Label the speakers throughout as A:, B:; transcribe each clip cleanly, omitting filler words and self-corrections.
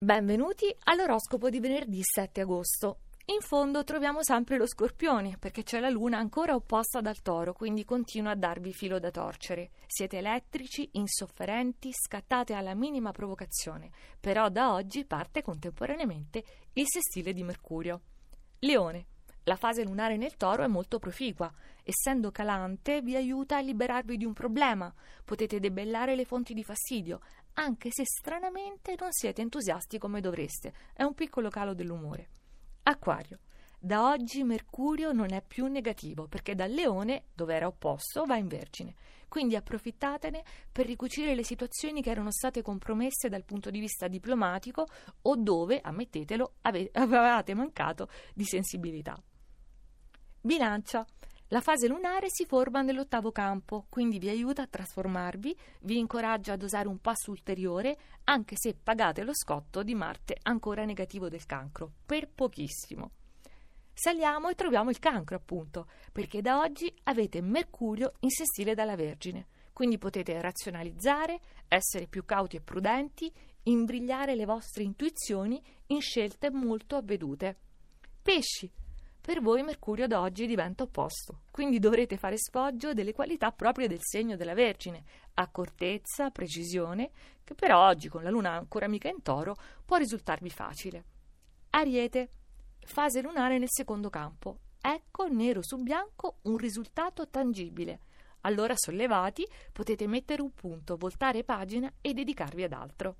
A: Benvenuti all'oroscopo di venerdì 7 agosto. In fondo troviamo sempre lo Scorpione, perché c'è la Luna ancora opposta dal Toro, quindi continua a darvi filo da torcere. Siete elettrici, insofferenti, scattate alla minima provocazione, però da oggi parte contemporaneamente il sestile di Mercurio. Leone. La fase lunare nel Toro è molto proficua. Essendo calante, vi aiuta a liberarvi di un problema. Potete debellare le fonti di fastidio, anche se stranamente non siete entusiasti come dovreste. È un piccolo calo dell'umore. Acquario. Da oggi Mercurio non è più negativo, perché dal Leone, dove era opposto, va in Vergine. Quindi approfittatene per ricucire le situazioni che erano state compromesse dal punto di vista diplomatico o dove, ammettetelo, avevate mancato di sensibilità. Bilancia. La fase lunare si forma nell'8° campo, quindi vi aiuta a trasformarvi, vi incoraggia ad osare un passo ulteriore, anche se pagate lo scotto di Marte ancora negativo del Cancro, per pochissimo. Saliamo e troviamo il Cancro, appunto, perché da oggi avete Mercurio in sestile dalla Vergine, quindi potete razionalizzare, essere più cauti e prudenti, imbrigliare le vostre intuizioni in scelte molto avvedute. Pesci. Per voi Mercurio da oggi diventa opposto, quindi dovrete fare sfoggio delle qualità proprie del segno della Vergine, accortezza, precisione, che però oggi con la Luna ancora mica in Toro può risultarvi facile. Ariete. Fase lunare nel 2° campo. Ecco nero su bianco un risultato tangibile. Allora sollevati potete mettere un punto, voltare pagina e dedicarvi ad altro.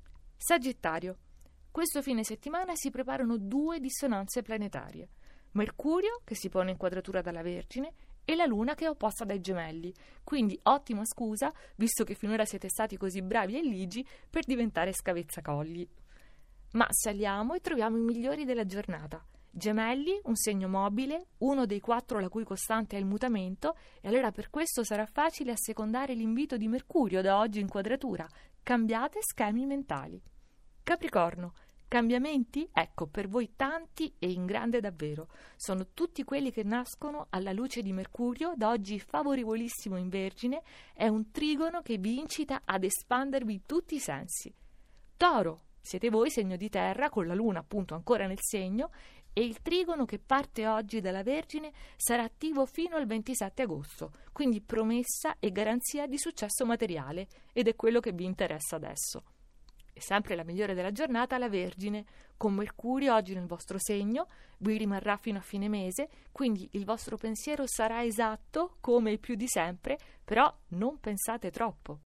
A: Sagittario. Questo fine settimana si preparano 2 dissonanze planetarie. Mercurio, che si pone in quadratura dalla Vergine, e la Luna che è opposta dai Gemelli, quindi ottima scusa, visto che finora siete stati così bravi e ligi, per diventare scavezzacogli. Ma saliamo e troviamo i migliori della giornata. Gemelli, un segno mobile, uno dei 4 la cui costante è il mutamento, e allora per questo sarà facile assecondare l'invito di Mercurio da oggi in quadratura. Cambiate schemi mentali. Capricorno. Cambiamenti? Ecco, per voi tanti e in grande davvero. Sono tutti quelli che nascono alla luce di Mercurio, da oggi favorevolissimo in Vergine, è un trigono che vi incita ad espandervi in tutti i sensi. Toro, siete voi segno di terra, con la Luna appunto ancora nel segno, e il trigono che parte oggi dalla Vergine sarà attivo fino al 27 agosto, quindi promessa e garanzia di successo materiale, ed è quello che vi interessa adesso. E sempre la migliore della giornata, la Vergine, con Mercurio oggi nel vostro segno, vi rimarrà fino a fine mese, quindi il vostro pensiero sarà esatto come il più di sempre, però non pensate troppo.